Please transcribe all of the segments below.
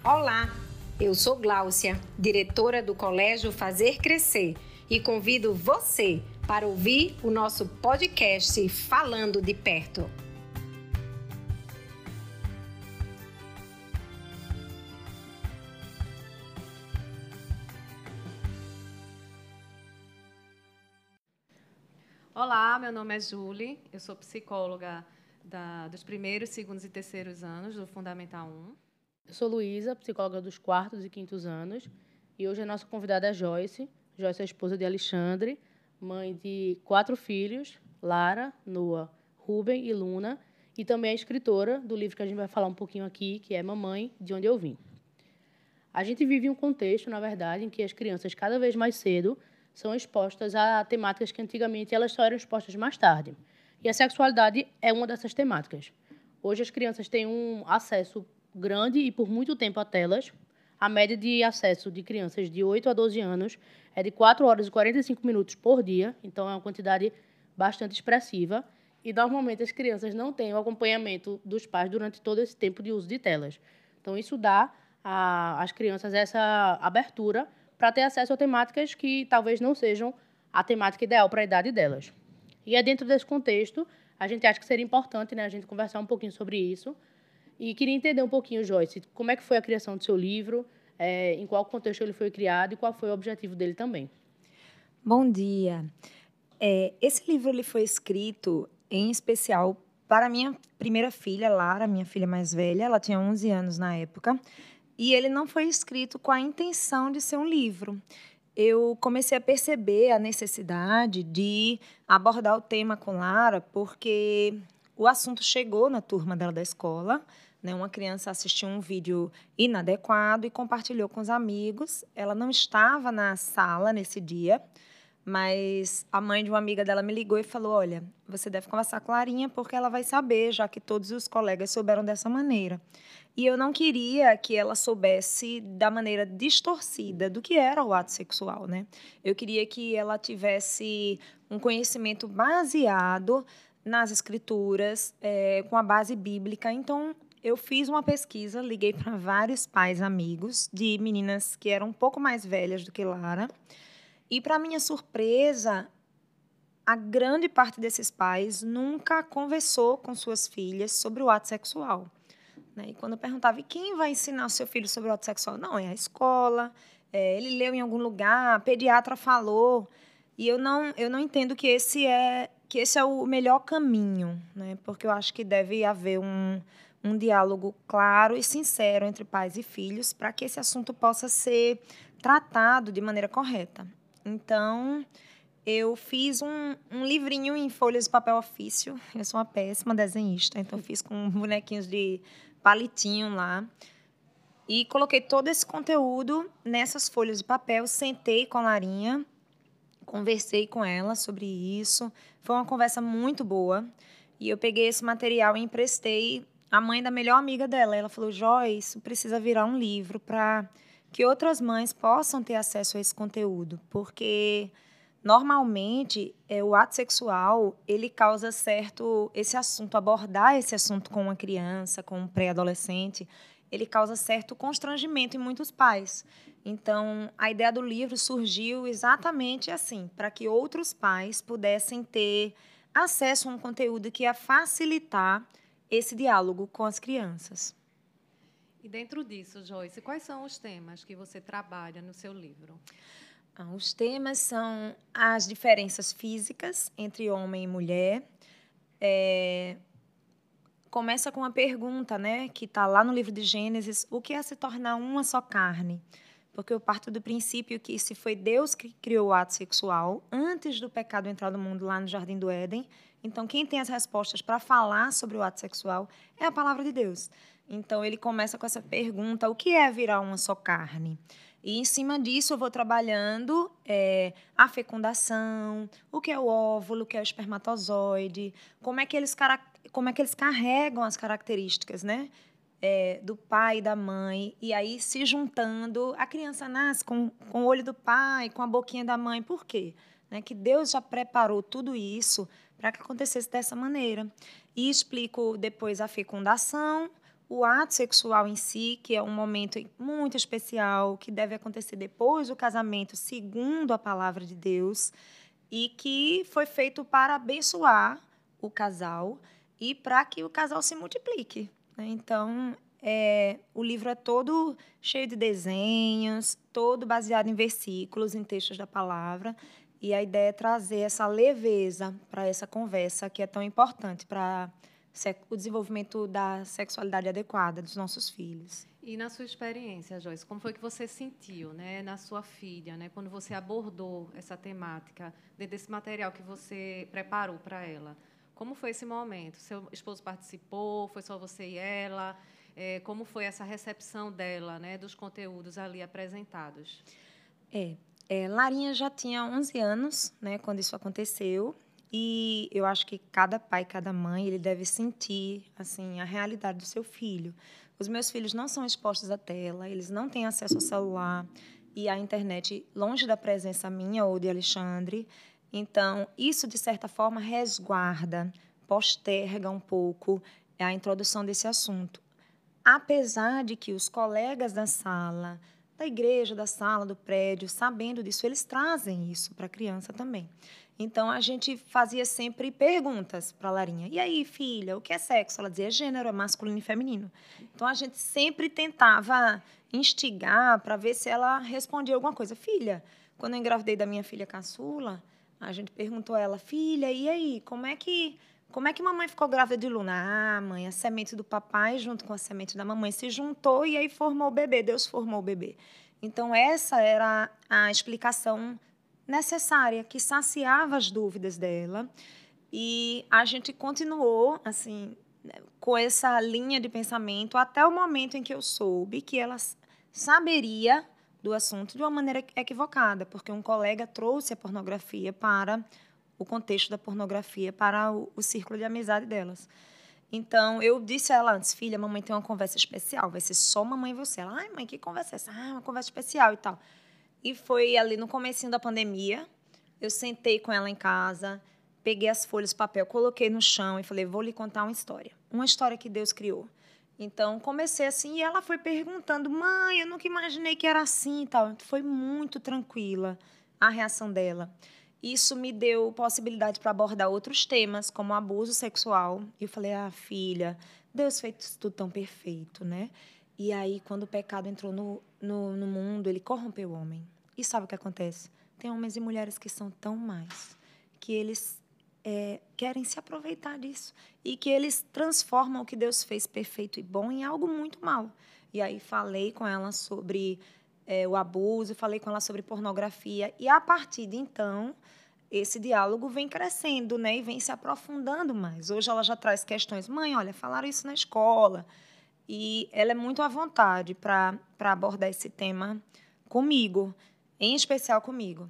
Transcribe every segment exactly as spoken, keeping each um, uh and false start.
Olá, eu sou Gláucia, diretora do Colégio Fazer Crescer, e convido você para ouvir o nosso podcast Falando de Perto. Olá, meu nome é Julie, eu sou psicóloga da, dos primeiros, segundos e terceiros anos do Fundamental um. Eu sou Luísa, psicóloga dos quartos e quintos anos, e hoje a nossa convidada é Joyce. Joyce é a esposa de Alexandre, mãe de quatro filhos, Lara, Noah, Ruben e Luna, e também é escritora do livro que a gente vai falar um pouquinho aqui, que é Mamãe, de Onde Eu Vim. A gente vive um contexto, na verdade, em que as crianças, cada vez mais cedo, são expostas a temáticas que antigamente elas só eram expostas mais tarde. E a sexualidade é uma dessas temáticas. Hoje as crianças têm um acesso grande e por muito tempo a telas. A média de acesso de crianças de oito a doze anos é de quatro horas e quarenta e cinco minutos por dia, então é uma quantidade bastante expressiva. E, normalmente, as crianças não têm o acompanhamento dos pais durante todo esse tempo de uso de telas. Então, isso dá às crianças essa abertura para ter acesso a temáticas que talvez não sejam a temática ideal para a idade delas. E é dentro desse contexto, a gente acha que seria importante, né, a gente conversar um pouquinho sobre isso. E queria entender um pouquinho, Joyce, como é que foi a criação do seu livro, é, em qual contexto ele foi criado e qual foi o objetivo dele também. Bom dia. É, esse livro ele foi escrito, em especial, para minha primeira filha, Lara, minha filha mais velha. Ela tinha onze anos na época. E ele não foi escrito com a intenção de ser um livro. Eu comecei a perceber a necessidade de abordar o tema com Lara, porque o assunto chegou na turma dela da escola, né? Uma criança assistiu um vídeo inadequado e compartilhou com os amigos. Ela não estava na sala nesse dia, mas a mãe de uma amiga dela me ligou e falou: olha, você deve conversar com a Larinha porque ela vai saber, já que todos os colegas souberam dessa maneira. E eu não queria que ela soubesse da maneira distorcida do que era o ato sexual, né? Eu queria que ela tivesse um conhecimento baseado nas escrituras, é, com a base bíblica. Então, eu fiz uma pesquisa, liguei para vários pais amigos de meninas que eram um pouco mais velhas do que Lara. E, para minha surpresa, a grande parte desses pais nunca conversou com suas filhas sobre o ato sexual. E quando eu perguntava, e quem vai ensinar o seu filho sobre o ato sexual? Não, é a escola, é, ele leu em algum lugar, a pediatra falou. E eu não, eu não entendo que esse é, que esse é o melhor caminho, né? Porque eu acho que deve haver um, um diálogo claro e sincero entre pais e filhos para que esse assunto possa ser tratado de maneira correta. Então, eu fiz um, um livrinho em folhas de papel ofício. Eu sou uma péssima desenhista, então fiz com bonequinhos de palitinho lá. E coloquei todo esse conteúdo nessas folhas de papel, sentei com a Larinha, conversei com ela sobre isso. Foi uma conversa muito boa. E eu peguei esse material e emprestei à mãe da melhor amiga dela. Ela falou: Joyce, precisa virar um livro para que outras mães possam ter acesso a esse conteúdo, porque normalmente é, o ato sexual ele causa certo esse assunto, abordar esse assunto com uma criança, com um pré-adolescente, ele causa certo constrangimento em muitos pais. Então, a ideia do livro surgiu exatamente assim, para que outros pais pudessem ter acesso a um conteúdo que ia facilitar esse diálogo com as crianças. E dentro disso, Joyce, quais são os temas que você trabalha no seu livro? Ah, os temas são as diferenças físicas entre homem e mulher. É, começa com uma pergunta, né, que está lá no livro de Gênesis: o que é se tornar uma só carne? Porque eu parto do princípio que se foi Deus que criou o ato sexual antes do pecado entrar no mundo lá no Jardim do Éden, então quem tem as respostas para falar sobre o ato sexual é a palavra de Deus. Então ele começa com essa pergunta: o que é virar uma só carne? E, em cima disso, eu vou trabalhando é, a fecundação, o que é o óvulo, o que é o espermatozoide, como é que eles, como é que eles carregam as características, né? É, do pai e da mãe, e aí se juntando, a criança nasce com, com o olho do pai, com a boquinha da mãe. Por quê? Né? Que Deus já preparou tudo isso para que acontecesse dessa maneira. E explico depois a fecundação, o ato sexual em si, que é um momento muito especial, que deve acontecer depois do casamento, segundo a palavra de Deus, e que foi feito para abençoar o casal e para que o casal se multiplique, né? Então, é, o livro é todo cheio de desenhos, todo baseado em versículos, em textos da palavra, e a ideia é trazer essa leveza para essa conversa que é tão importante para o desenvolvimento da sexualidade adequada dos nossos filhos. E na sua experiência, Joyce, como foi que você sentiu, né, na sua filha, né, quando você abordou essa temática, dentro desse material que você preparou para ela? Como foi esse momento? Seu esposo participou? Foi só você e ela? É, como foi essa recepção dela, né, dos conteúdos ali apresentados? É, é, Larinha já tinha onze anos, né, quando isso aconteceu. E eu acho que cada pai, cada mãe, ele deve sentir assim a realidade do seu filho. Os meus filhos não são expostos à tela, eles não têm acesso ao celular e à internet longe da presença minha ou de Alexandre. Então, isso, de certa forma, resguarda, posterga um pouco a introdução desse assunto. Apesar de que os colegas da sala, da igreja, da sala, do prédio, sabendo disso, eles trazem isso para a criança também. Então, a gente fazia sempre perguntas para a Larinha. E aí, filha, o que é sexo? Ela dizia, é gênero, é masculino e feminino. Então, a gente sempre tentava instigar para ver se ela respondia alguma coisa. Filha, quando eu engravidei da minha filha caçula, a gente perguntou a ela, filha, e aí, como é que, como é que mamãe ficou grávida de Luna? Ah, mãe, a semente do papai junto com a semente da mamãe se juntou e aí formou o bebê, Deus formou o bebê. Então, essa era a explicação necessária, que saciava as dúvidas dela. E a gente continuou, assim, com essa linha de pensamento até o momento em que eu soube que ela saberia do assunto de uma maneira equivocada, porque um colega trouxe a pornografia para o contexto da pornografia, para o, o círculo de amizade delas. Então, eu disse a ela antes, filha, mamãe tem uma conversa especial, vai ser só mamãe e você. Ela, ai, mãe, que conversa é essa? Ah, uma conversa especial e tal. E foi ali no comecinho da pandemia, eu sentei com ela em casa, peguei as folhas de papel, coloquei no chão e falei, vou lhe contar uma história. Uma história que Deus criou. Então, comecei assim e ela foi perguntando, mãe, eu nunca imaginei que era assim e tal. Foi muito tranquila a reação dela. Isso me deu possibilidade para abordar outros temas, como abuso sexual. E eu falei, ah, filha, Deus fez isso tudo tão perfeito, né? E aí, quando o pecado entrou no, no, no mundo, ele corrompeu o homem. E sabe o que acontece? Tem homens e mulheres que são tão mais, que eles é, querem se aproveitar disso. E que eles transformam o que Deus fez perfeito e bom em algo muito mal. E aí, falei com ela sobre é, o abuso, falei com ela sobre pornografia. E, a partir de então, esse diálogo vem crescendo, né? E vem se aprofundando mais. Hoje, ela já traz questões. Mãe, olha, falaram isso na escola. E ela é muito à vontade para abordar esse tema comigo, em especial comigo.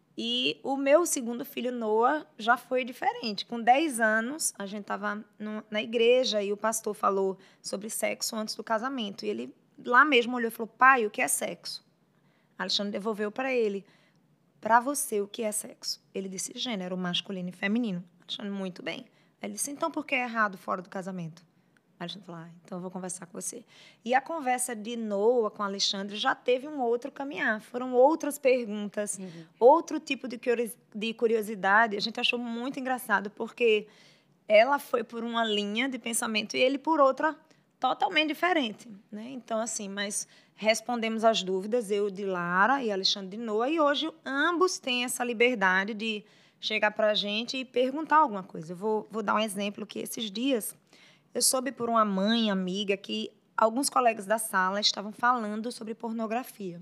E o meu segundo filho, Noah, já foi diferente. Com dez anos, a gente estava na igreja e o pastor falou sobre sexo antes do casamento. E ele lá mesmo olhou e falou, pai, o que é sexo? Alexandre devolveu para ele, para você, o que é sexo? Ele disse, gênero, masculino e feminino. Alexandre, muito bem. Ele disse, então por que é errado fora do casamento? Alexandre falou, ah, então eu vou conversar com você. E a conversa de Noah com Alexandre já teve um outro caminhar. Foram outras perguntas, uhum. outro tipo de curiosidade. A gente achou muito engraçado, porque ela foi por uma linha de pensamento e ele por outra totalmente diferente, né? Então, assim, mas respondemos as dúvidas, eu de Lara e Alexandre de Noah, e hoje ambos têm essa liberdade de chegar para a gente e perguntar alguma coisa. Eu vou, vou dar um exemplo que esses dias eu soube por uma mãe, amiga, que alguns colegas da sala estavam falando sobre pornografia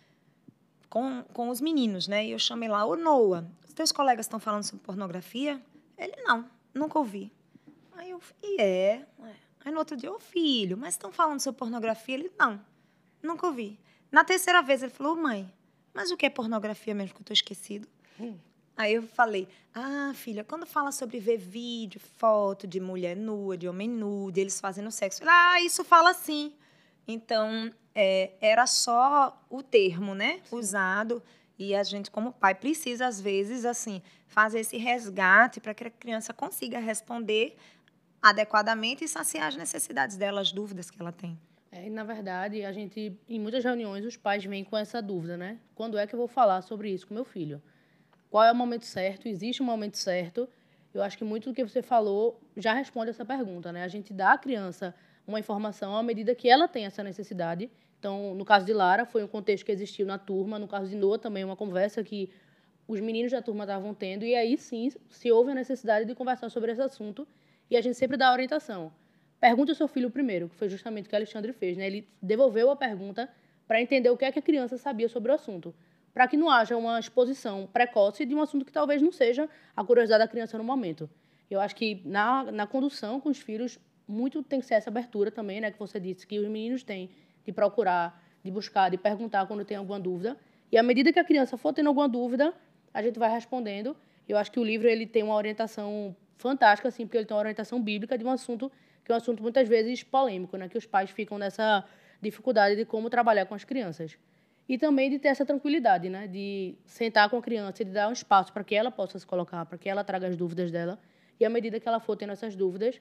com, com os meninos, né? E eu chamei lá, ô Noah, os teus colegas estão falando sobre pornografia? Ele, não, nunca ouvi. Aí eu, e é? Aí no outro dia, ô filho, mas estão falando sobre pornografia? Ele, não, nunca ouvi. Na terceira vez ele falou, mãe, mas o que é pornografia mesmo, que eu estou esquecido? Hum. Aí eu falei, ah, filha, quando fala sobre ver vídeo, foto de mulher nua, de homem nu, deles fazendo sexo, ah, isso fala assim. Então, é, era só o termo, né, Sim. usado, e a gente, como pai, precisa, às vezes, assim, fazer esse resgate para que a criança consiga responder adequadamente e saciar as necessidades dela, as dúvidas que ela tem. É, na verdade, a gente, em muitas reuniões, os pais vêm com essa dúvida, né? Quando é que eu vou falar sobre isso com meu filho? Qual é o momento certo? Existe um momento certo? Eu acho que muito do que você falou já responde essa pergunta, né? A gente dá à criança uma informação à medida que ela tem essa necessidade. Então, no caso de Lara, foi um contexto que existiu na turma. No caso de Noah, também uma conversa que os meninos da turma estavam tendo. E aí, sim, se houve a necessidade de conversar sobre esse assunto. E a gente sempre dá a orientação. Pergunte ao seu filho primeiro, que foi justamente o que Alexandre fez, né? Ele devolveu a pergunta para entender o que é que a criança sabia sobre o assunto, para que não haja uma exposição precoce de um assunto que talvez não seja a curiosidade da criança no momento. Eu acho que na, na condução com os filhos, muito tem que ser essa abertura também, né? Que você disse que os meninos têm de procurar, de buscar, de perguntar quando tem alguma dúvida. E à medida que a criança for tendo alguma dúvida, a gente vai respondendo. Eu acho que o livro ele tem uma orientação fantástica, assim, porque ele tem uma orientação bíblica de um assunto que é um assunto muitas vezes polêmico, né? Que os pais ficam nessa dificuldade de como trabalhar com as crianças. E também de ter essa tranquilidade, né? De sentar com a criança e de dar um espaço para que ela possa se colocar, para que ela traga as dúvidas dela. E à medida que ela for tendo essas dúvidas,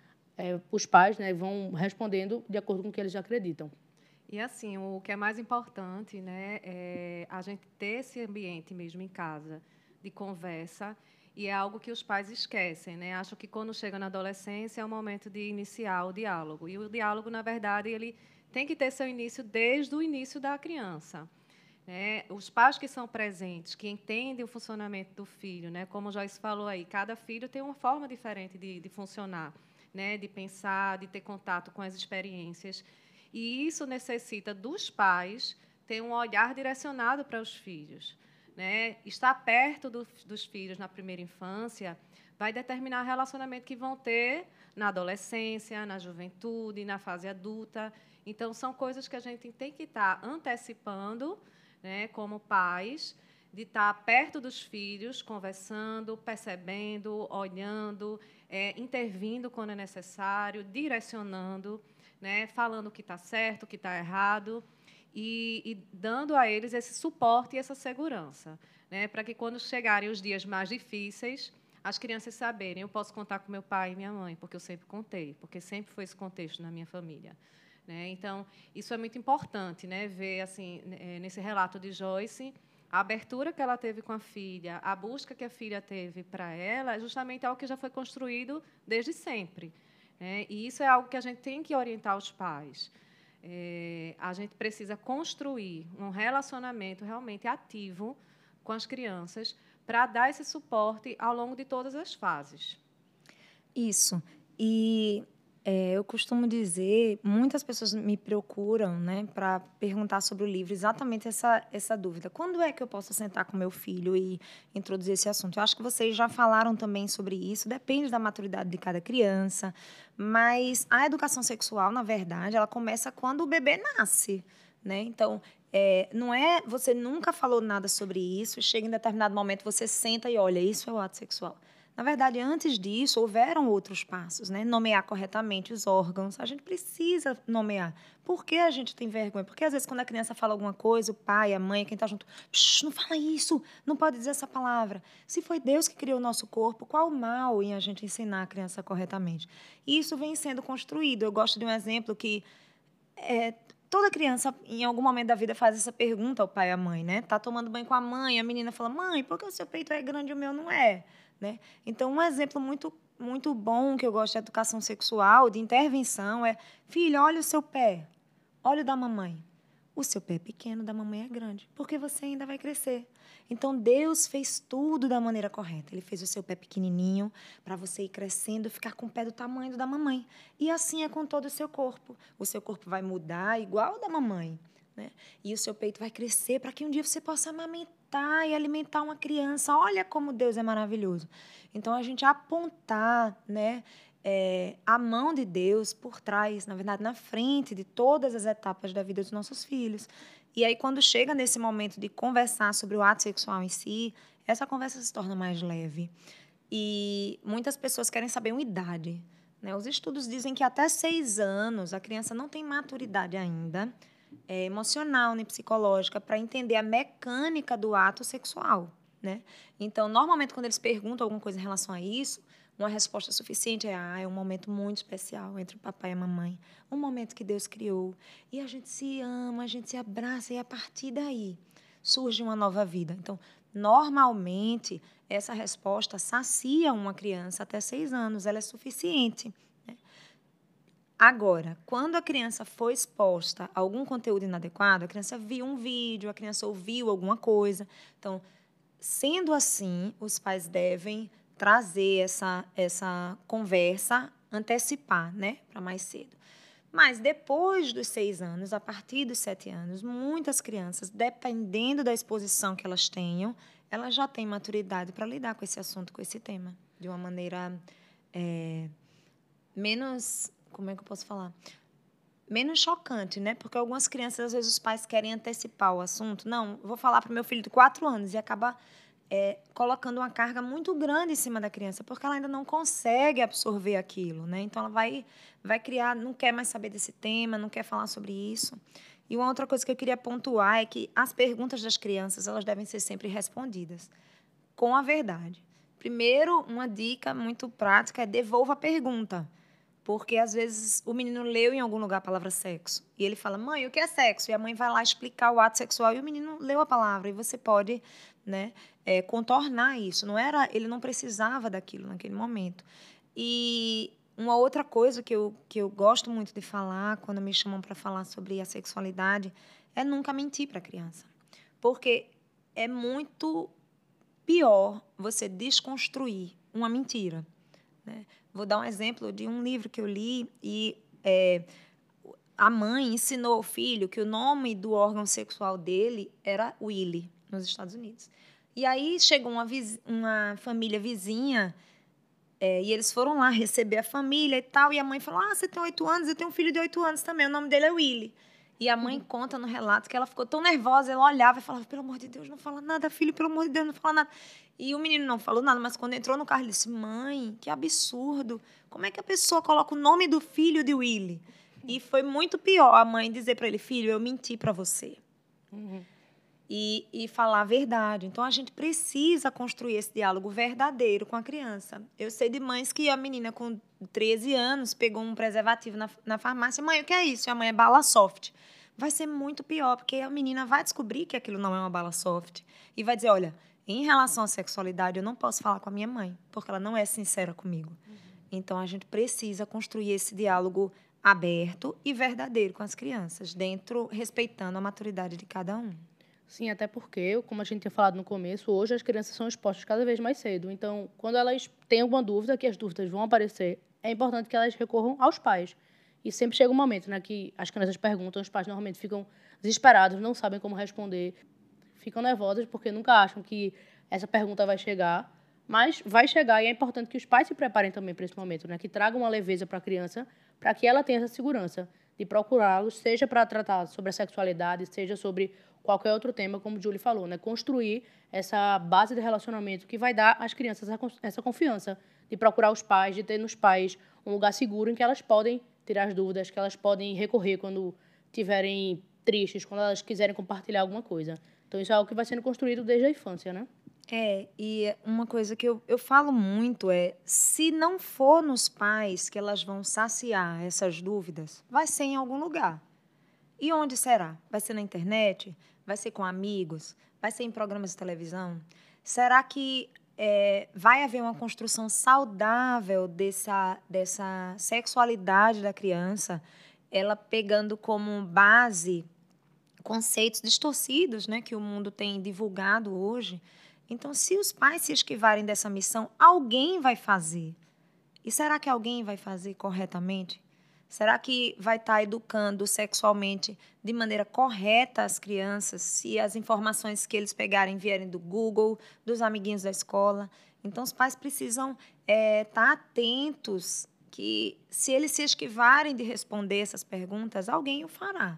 é, os pais, né, vão respondendo de acordo com o que eles acreditam. E, assim, o que é mais importante, né, é a gente ter esse ambiente mesmo em casa de conversa. E é algo que os pais esquecem, né? Acham que quando chega na adolescência é o momento de iniciar o diálogo. E o diálogo, na verdade, ele tem que ter seu início desde o início da criança. Né? Os pais que são presentes, que entendem o funcionamento do filho, né? Como o Joyce falou aí, cada filho tem uma forma diferente de, de funcionar, né? De pensar, de ter contato com as experiências. E isso necessita dos pais ter um olhar direcionado para os filhos. Né? Estar perto do, dos filhos na primeira infância vai determinar o relacionamento que vão ter na adolescência, na juventude, na fase adulta. Então, são coisas que a gente tem que estar antecipando, né, como pais, de estar perto dos filhos, conversando, percebendo, olhando, é, intervindo quando é necessário, direcionando, né, falando o que está certo, o que está errado. E, e dando a eles esse suporte e essa segurança, né, para que, quando chegarem os dias mais difíceis, as crianças saberem, eu posso contar com meu pai e minha mãe, porque eu sempre contei, porque sempre foi esse contexto na minha família. Né? Então, isso é muito importante, né, ver, assim, nesse relato de Joyce, a abertura que ela teve com a filha, a busca que a filha teve para ela, é justamente algo que já foi construído desde sempre. Né? E isso é algo que a gente tem que orientar os pais. É, a gente precisa construir um relacionamento realmente ativo com as crianças para dar esse suporte ao longo de todas as fases. Isso. E é, eu costumo dizer, muitas pessoas me procuram, né, para perguntar sobre o livro, exatamente essa, essa dúvida. Quando é que eu posso sentar com meu filho e introduzir esse assunto? Eu acho que vocês já falaram também sobre isso, depende da maturidade de cada criança, mas a educação sexual, na verdade, ela começa quando o bebê nasce, né? Então, é, não é você nunca falou nada sobre isso, e chega em determinado momento, você senta e olha, isso é o ato sexual. Na verdade, antes disso, houveram outros passos, né? Nomear corretamente os órgãos. A gente precisa nomear. Por que a gente tem vergonha? Porque, às vezes, quando a criança fala alguma coisa, o pai, a mãe, quem está junto, não fala isso, não pode dizer essa palavra. Se foi Deus que criou o nosso corpo, qual o mal em a gente ensinar a criança corretamente? E isso vem sendo construído. Eu gosto de um exemplo que é, toda criança, em algum momento da vida, faz essa pergunta ao pai e à mãe, né? Está tomando banho com a mãe, a menina fala, mãe, por que o seu peito é grande e o meu não é? Né? Então, um exemplo muito, muito bom que eu gosto de educação sexual, de intervenção, é, filho, olha o seu pé, olha o da mamãe. O seu pé é pequeno, o da mamãe é grande, porque você ainda vai crescer. Então, Deus fez tudo da maneira correta. Ele fez o seu pé pequenininho para você ir crescendo, ficar com o pé do tamanho do da mamãe. E assim é com todo o seu corpo. O seu corpo vai mudar igual o da mamãe. Né? E o seu peito vai crescer para que um dia você possa amamentar e alimentar uma criança. Olha como Deus é maravilhoso. Então, a gente apontar, né, é, a mão de Deus por trás, na verdade, na frente de todas as etapas da vida dos nossos filhos. E aí, quando chega nesse momento de conversar sobre o ato sexual em si, essa conversa se torna mais leve. E muitas pessoas querem saber uma idade. Né? Os estudos dizem que até seis anos a criança não tem maturidade ainda, É, emocional nem psicológica, para entender a mecânica do ato sexual. Né? Então, normalmente, quando eles perguntam alguma coisa em relação a isso, Uma resposta suficiente é, ah, é um momento muito especial entre o papai e a mamãe. Um momento que Deus criou. E a gente se ama, a gente se abraça, e a partir daí surge uma nova vida. Então, normalmente, essa resposta sacia uma criança até seis anos. Ela é suficiente. Né? Agora, quando a criança foi exposta a algum conteúdo inadequado, a criança viu um vídeo, a criança ouviu alguma coisa. Então, sendo assim, os pais devem trazer essa, essa conversa, antecipar, né, para mais cedo. Mas depois dos seis anos, a partir dos sete anos, muitas crianças, dependendo da exposição que elas tenham, elas já têm maturidade para lidar com esse assunto, com esse tema, de uma maneira é, menos, como é que eu posso falar? Menos chocante, né? Porque algumas crianças, às vezes, os pais querem antecipar o assunto. Não, vou falar para o meu filho de quatro anos e acaba é, colocando uma carga muito grande em cima da criança, porque ela ainda não consegue absorver aquilo, né? Então, ela vai, vai criar, não quer mais saber desse tema, não quer falar sobre isso. E uma outra coisa que eu queria pontuar é que as perguntas das crianças, elas devem ser sempre respondidas com a verdade. Primeiro, uma dica muito prática é devolva a pergunta. Porque, às vezes, o menino leu em algum lugar a palavra sexo. E ele fala, mãe, o que é sexo? E a mãe vai lá explicar o ato sexual e o menino leu a palavra. E você pode, né, é, contornar isso. Não era, ele não precisava daquilo naquele momento. E uma outra coisa que eu, que eu gosto muito de falar, quando me chamam para falar sobre a sexualidade, é nunca mentir para a criança. Porque é muito pior você desconstruir uma mentira. Né? Vou dar um exemplo de um livro que eu li e é, a mãe ensinou ao filho que o nome do órgão sexual dele era Willy, nos Estados Unidos. E aí chegou uma, viz... uma família vizinha é, e eles foram lá receber a família e tal. E a mãe falou, ah, você tem oito anos? Eu tenho um filho de oito anos também, o nome dele é Willy. E a mãe uhum. conta no relato que ela ficou tão nervosa, ela olhava e falava, pelo amor de Deus, não fala nada, filho, pelo amor de Deus, não fala nada. E o menino não falou nada, mas quando entrou no carro, ele disse, mãe, que absurdo, como é que a pessoa coloca o nome do filho de Willy? E foi muito pior a mãe dizer para ele, filho, eu menti para você. Uhum. E, e falar a verdade. Então, a gente precisa construir esse diálogo verdadeiro com a criança. Eu sei de mães que a menina com treze anos pegou um preservativo na, na farmácia. Mãe, o que é isso? E a mãe é bala soft. Vai ser muito pior, porque a menina vai descobrir que aquilo não é uma bala soft. E vai dizer, olha, em relação à sexualidade, eu não posso falar com a minha mãe, porque ela não é sincera comigo. Uhum. Então, a gente precisa construir esse diálogo aberto e verdadeiro com as crianças, dentro, respeitando a maturidade de cada um. Sim, até porque, como a gente tinha falado no começo, hoje as crianças são expostas cada vez mais cedo. Então, quando elas têm alguma dúvida, que as dúvidas vão aparecer, é importante que elas recorram aos pais. E sempre chega um momento, né, que as crianças perguntam, os pais normalmente ficam desesperados, não sabem como responder, ficam nervosas porque nunca acham que essa pergunta vai chegar, mas vai chegar e é importante que os pais se preparem também para esse momento, né, que tragam uma leveza para a criança, para que ela tenha essa segurança de procurá-los, seja para tratar sobre a sexualidade, seja sobre qualquer outro tema, como o Julie falou, né? Construir essa base de relacionamento que vai dar às crianças essa confiança de procurar os pais, de ter nos pais um lugar seguro em que elas podem tirar as dúvidas, que elas podem recorrer quando estiverem tristes, quando elas quiserem compartilhar alguma coisa. Então, isso é algo que vai sendo construído desde a infância, né? É, e uma coisa que eu, eu falo muito é, se não for nos pais que elas vão saciar essas dúvidas, vai ser em algum lugar. E onde será? Vai ser na internet? Vai ser com amigos? Vai ser em programas de televisão? Será que é, vai haver uma construção saudável dessa, dessa sexualidade da criança, ela pegando como base conceitos distorcidos, né, que o mundo tem divulgado hoje? Então, se os pais se esquivarem dessa missão, alguém vai fazer. E será que alguém vai fazer corretamente? Será que vai estar educando sexualmente de maneira correta as crianças, se as informações que eles pegarem vierem do Google, dos amiguinhos da escola? Então, os pais precisam é, estar atentos que, se eles se esquivarem de responder essas perguntas, alguém o fará.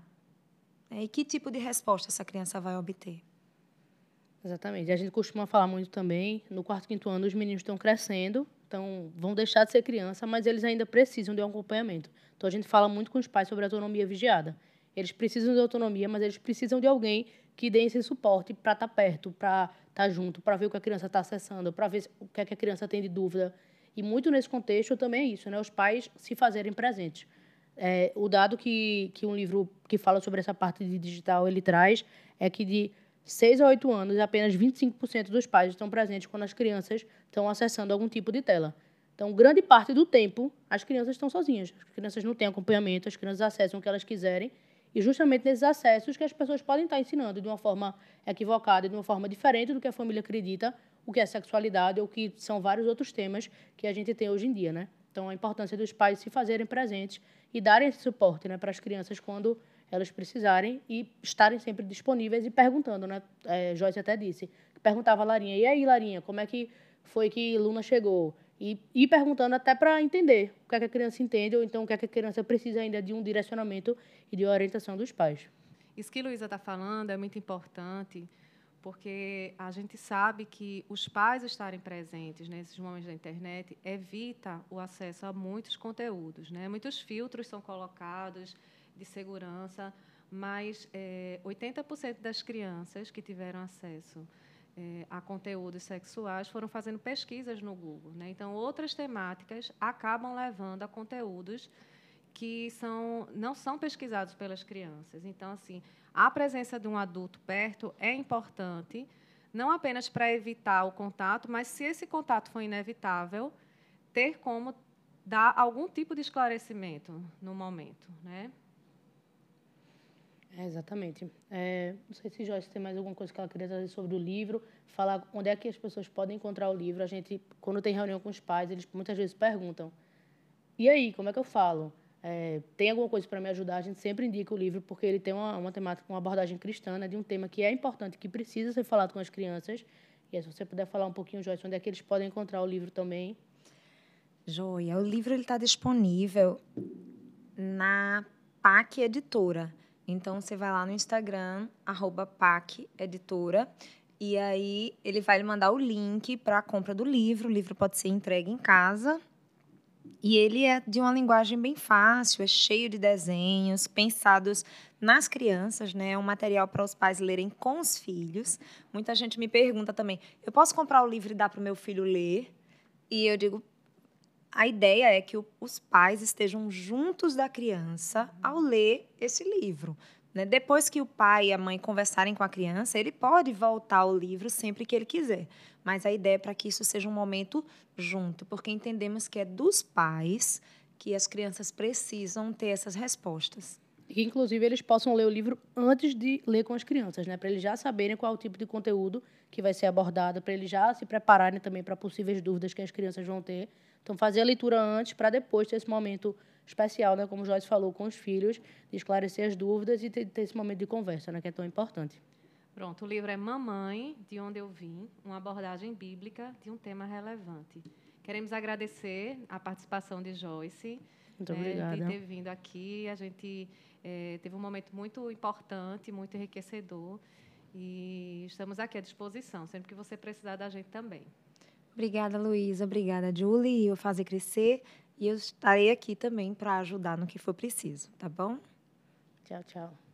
E que tipo de resposta essa criança vai obter? Exatamente. A gente costuma falar muito também, no quarto, quinto ano, os meninos estão crescendo, então vão deixar de ser criança, mas eles ainda precisam de um acompanhamento. Então, a gente fala muito com os pais sobre autonomia vigiada. Eles precisam de autonomia, mas eles precisam de alguém que dê esse suporte para estar perto, para estar junto, para ver o que a criança está acessando, para ver o que, é que a criança tem de dúvida. E muito nesse contexto também é isso, né? Os pais se fazerem presentes. É, o dado que, que um livro que fala sobre essa parte de digital ele traz é que de seis a oito anos, apenas vinte e cinco por cento dos pais estão presentes quando as crianças estão acessando algum tipo de tela. Então, grande parte do tempo, as crianças estão sozinhas. As crianças não têm acompanhamento, as crianças acessam o que elas quiserem. E justamente nesses acessos que as pessoas podem estar ensinando de uma forma equivocada, de uma forma diferente do que a família acredita, o que é sexualidade ou que são vários outros temas que a gente tem hoje em dia, né? Então, a importância dos pais se fazerem presentes e darem esse suporte, né, para as crianças quando elas precisarem e estarem sempre disponíveis e perguntando, né? É, Joyce até disse, perguntava a Larinha, e aí, Larinha, como é que foi que Luna chegou? E ir perguntando até para entender o que é que a criança entende ou então o que é que a criança precisa ainda de um direcionamento e de orientação dos pais. Isso que Luísa está falando é muito importante, porque a gente sabe que os pais estarem presentes nesses momentos da internet evita o acesso a muitos conteúdos, né? Muitos filtros são colocados de segurança, mas é, oitenta por cento das crianças que tiveram acesso é, a conteúdos sexuais foram fazendo pesquisas no Google, né? Então, outras temáticas acabam levando a conteúdos que são, não são pesquisados pelas crianças. Então, assim, a presença de um adulto perto é importante, não apenas para evitar o contato, mas, se esse contato for inevitável, ter como dar algum tipo de esclarecimento no momento, né? É, exatamente. É, não sei se Joyce tem mais alguma coisa que ela queria trazer sobre o livro, falar onde é que as pessoas podem encontrar o livro. A gente, quando tem reunião com os pais, eles muitas vezes perguntam, e aí, como é que eu falo? É, tem alguma coisa para me ajudar? A gente sempre indica o livro, porque ele tem uma, uma temática, uma abordagem cristã, né, de um tema que é importante, que precisa ser falado com as crianças. E aí, se você puder falar um pouquinho, Joyce, onde é que eles podem encontrar o livro também? Joia, o livro está disponível na P A C Editora. Então, você vai lá no Instagram, arroba P A C Editora, e aí ele vai lhe mandar o link para a compra do livro. O livro pode ser entregue em casa. E ele é de uma linguagem bem fácil, é cheio de desenhos pensados nas crianças, né? É um material para os pais lerem com os filhos. Muita gente me pergunta também, eu posso comprar o livro e dar para o meu filho ler? E eu digo, a ideia é que o, os pais estejam juntos da criança ao ler esse livro, né? Depois que o pai e a mãe conversarem com a criança, ele pode voltar ao livro sempre que ele quiser. Mas a ideia é para que isso seja um momento junto, porque entendemos que é dos pais que as crianças precisam ter essas respostas. E que, inclusive, eles possam ler o livro antes de ler com as crianças, né? Para eles já saberem qual é o tipo de conteúdo que vai ser abordado, para eles já se prepararem também para possíveis dúvidas que as crianças vão ter. Então, fazer a leitura antes, para depois ter esse momento especial, né? Como o Joyce falou, com os filhos, de esclarecer as dúvidas e ter, ter esse momento de conversa, né? Que é tão importante. Pronto, o livro é Mamãe, de Onde Eu Vim, uma abordagem bíblica de um tema relevante. Queremos agradecer a participação de Joyce, Muito né, obrigada. de ter vindo aqui. A gente é, teve um momento muito importante, muito enriquecedor, e estamos aqui à disposição, sempre que você precisar da gente também. Obrigada, Luísa. Obrigada, Julie. Eu Fazer Crescer. E eu estarei aqui também para ajudar no que for preciso, tá bom? Tchau, tchau.